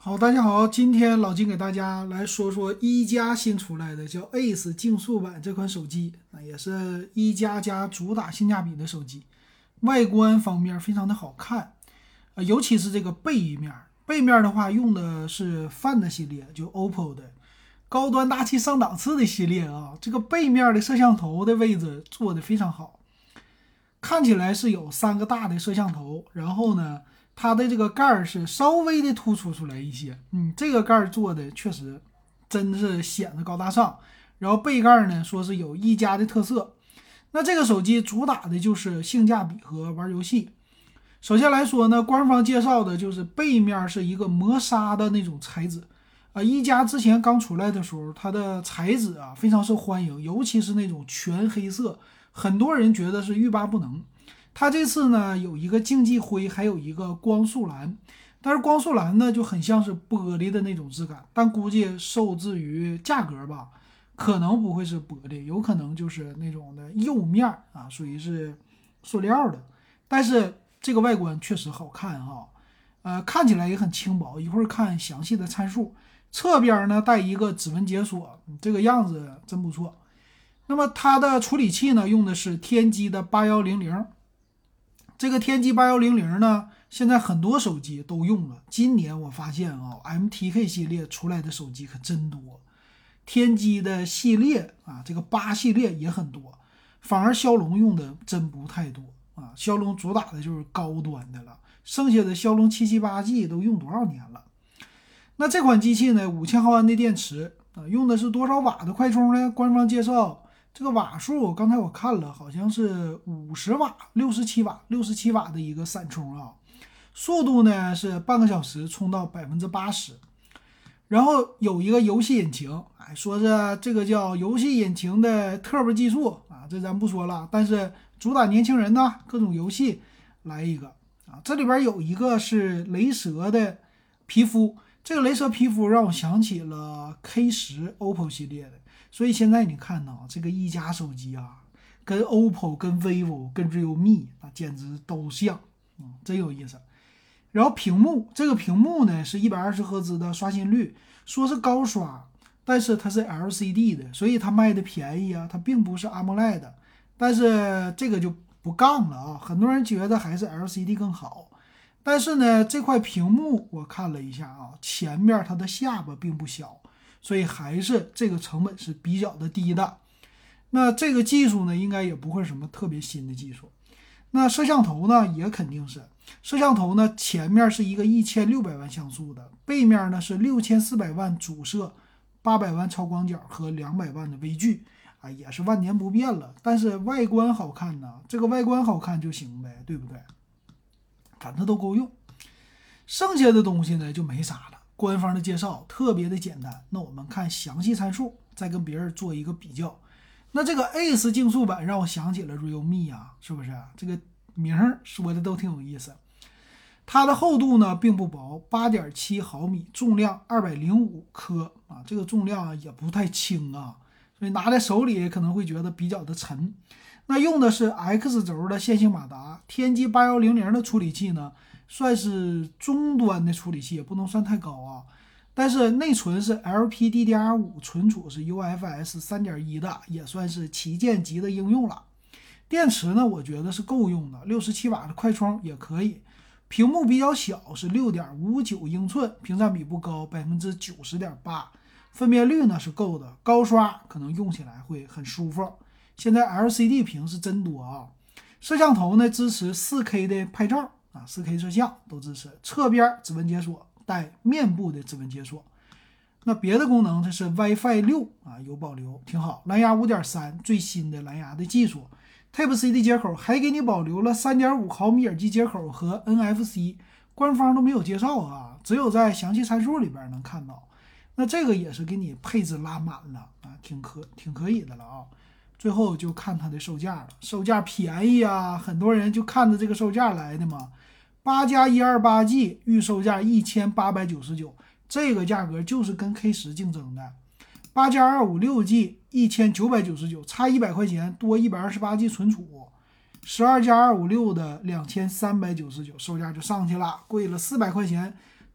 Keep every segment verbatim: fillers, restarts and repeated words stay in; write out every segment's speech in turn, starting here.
好，大家好，今天老金给大家来说说一加新出来的叫 Ace 竞速版这款手机，那也是一加家主打性价比的手机。外观方面非常的好看，呃，尤其是这个背面，背面的话用的是 Find 系列，就 O P P O 的高端大气上档次的系列啊。这个背面的摄像头的位置做的非常好，看起来是有三个大的摄像头，然后呢。它的这个盖儿是稍微的突出出来一些，嗯，这个盖儿做的确实真是显得高大上。然后背盖呢，说是有一加的特色。那这个手机主打的就是性价比和玩游戏。首先来说呢，官方介绍的就是背面是一个磨砂的那种材质啊，一加之前刚出来的时候，它的材质啊非常受欢迎，尤其是那种全黑色，很多人觉得是欲罢不能。它这次呢有一个竞技灰，还有一个光束蓝，但是光束蓝呢就很像是玻璃的那种质感，但估计受制于价格吧，可能不会是玻璃，有可能就是那种的釉面啊，属于是塑料的。但是这个外观确实好看哈，呃，看起来也很轻薄。一会儿看详细的参数，侧边呢带一个指纹解锁，这个样子真不错。那么它的处理器呢用的是天玑的八一零零。这个天玑八一零零呢，现在很多手机都用了。今年我发现啊 ，M T K 系列出来的手机可真多，天玑的系列啊，这个八系列也很多，反而骁龙用的真不太多啊。骁龙主打的就是高端的了，剩下的骁龙七七八 G 都用多少年了？那这款机器呢，五千毫安的电池啊，用的是多少瓦的快充呢？官方介绍。这个瓦数，刚才我看了，好像是五十瓦、六十七瓦、六十七瓦的一个闪充啊。速度呢是半个小时充到百分之八十。然后有一个游戏引擎，哎，说是这个叫游戏引擎的 Turbo 技术啊，这咱不说了。但是主打年轻人呢，各种游戏来一个啊。这里边有一个是雷蛇的皮肤，这个雷蛇皮肤让我想起了 K 十 O P P O 系列的。所以现在你看呢，这个一加手机啊，跟 O P P O、跟 vivo、跟 realme 啊，简直都像，嗯，真有意思。然后屏幕，这个屏幕呢是一百二十赫兹的刷新率，说是高刷，但是它是 L C D 的，所以它卖的便宜啊，它并不是 AMOLED 的。但是这个就不杠了啊，很多人觉得还是 L C D 更好。但是呢，这块屏幕我看了一下啊，前面它的下巴并不小。所以还是这个成本是比较的低的。那这个技术呢，应该也不会什么特别新的技术。那摄像头呢，也肯定是摄像头呢，前面是一个一千六百万像素的，背面呢是六千四百万主摄，八百万超广角和两百万的微距啊，也是万年不变了。但是外观好看呢，这个外观好看就行呗，对不对？反正都够用。剩下的东西呢就没啥了。官方的介绍特别的简单，那我们看详细参数，再跟别人做一个比较。那这个 Ace 竞速版让我想起了 realme 啊，是不是？这个名儿说的都挺有意思。它的厚度呢并不薄， 八点七毫米，重量二百零五克啊，这个重量也不太轻啊，所以拿在手里可能会觉得比较的沉。那用的是 X 轴的线性马达，天玑八一零零的处理器呢算是中端的处理器，也不能算太高啊。但是内存是 L P D D R 五， 存储是 U F S 三点一 的，也算是旗舰级的应用了。电池呢，我觉得是够用的，六十七瓦的快充也可以。屏幕比较小，是 六点五九英寸，屏占比不高， 百分之九十点八， 分辨率呢是够的，高刷可能用起来会很舒服。现在 L C D 屏是真多啊。摄像头呢支持 四K 的拍照啊 ，四K 摄像都支持，侧边指纹解锁，带面部的指纹解锁。那别的功能它是 WiFi 六啊，有保留，挺好。蓝牙 五点三， 最新的蓝牙的技术。Type C 的接口还给你保留了 三点五毫米耳机接口和 N F C， 官方都没有介绍啊，只有在详细参数里边能看到。那这个也是给你配置拉满了啊，挺可挺可以的了啊。最后就看它的售价了，售价便宜啊，很多人就看着这个售价来的嘛。八加一二八 G 预售价一千八百九十九，这个价格就是跟 K 十 竞争的。八加二五六 G 一千九百九十九，差一百块钱，多一百二十八 G 存储。十二加二五六的两千三百九十九，售价就上去了，贵了四百块钱。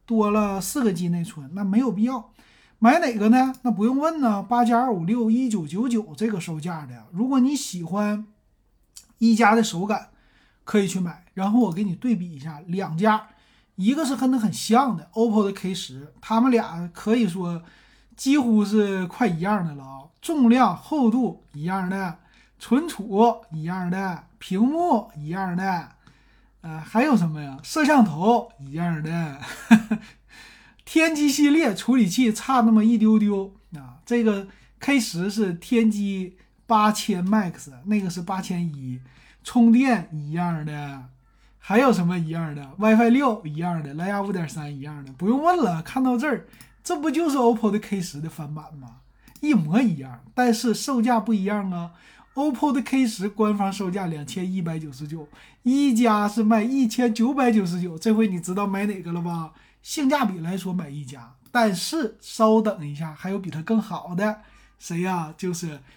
多了四个 G 内存，那没有必要。买哪个呢？那不用问呢，八加二五六一九九九这个售价的，如果你喜欢一加的手感，可以去买。然后我给你对比一下两家，一个是跟它很像的 O P P O 的 K 十， 他们俩可以说几乎是快一样的了啊，重量厚度一样的，存储一样的，屏幕一样的，呃，还有什么呀？摄像头一样的。天玑系列处理器差那么一丢丢啊，这个 K 十 是天玑八千 Max， 那个是八千一，充电一样的，还有什么一样的 ？WiFi 六一样的，蓝牙 五点三 一样的，不用问了。看到这儿，这不就是 O P P O 的 K 十 的翻版吗？一模一样，但是售价不一样啊。O P P O 的 K 十 官方售价两千一百九十九，一加是卖一千九百九十九，这回你知道买哪个了吧？性价比来说买一加，但是稍等一下，还有比它更好的，谁呀？就是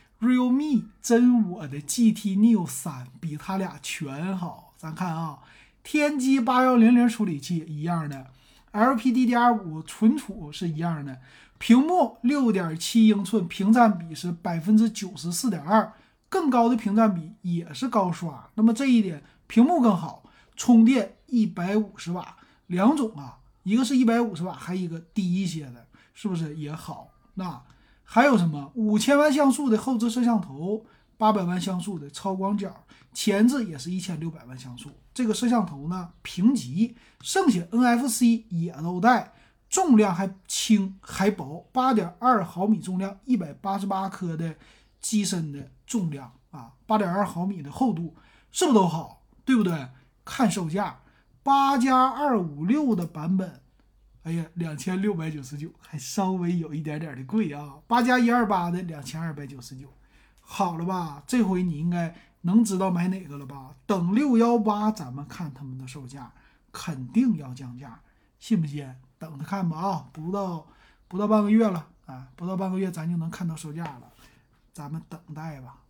Realme 真我的 G T Neo 三，比它俩全好。咱看啊，天玑八一零零处理器一样的， L P D D R 五 存储是一样的，屏幕 六点七英寸，屏占比是 百分之九十四点二， 更高的屏占比也是高刷。那么这一点屏幕更好，充电一百五十瓦，两种啊，一个是一百五十瓦，还有一个低一些的，是不是也好？那还有什么五千万像素的后置摄像头，八百万像素的超广角，前置也是一千六百万像素。这个摄像头呢评级，剩下 N F C 也都带，重量还轻还薄， 八点二毫米重量，一百八十八克的机身的重量啊， 八点二毫米的厚度，是不是都好？对不对？看售价，八加二五六的版本，哎呀，两千六百九十九，还稍微有一点点的贵啊。八加一二八的两千二百九十九，好了吧？这回你应该能知道买哪个了吧？等六一八咱们看他们的售价，肯定要降价，信不信？等着看吧啊！不到不到半个月了啊，不到半个月咱就能看到售价了，咱们等待吧。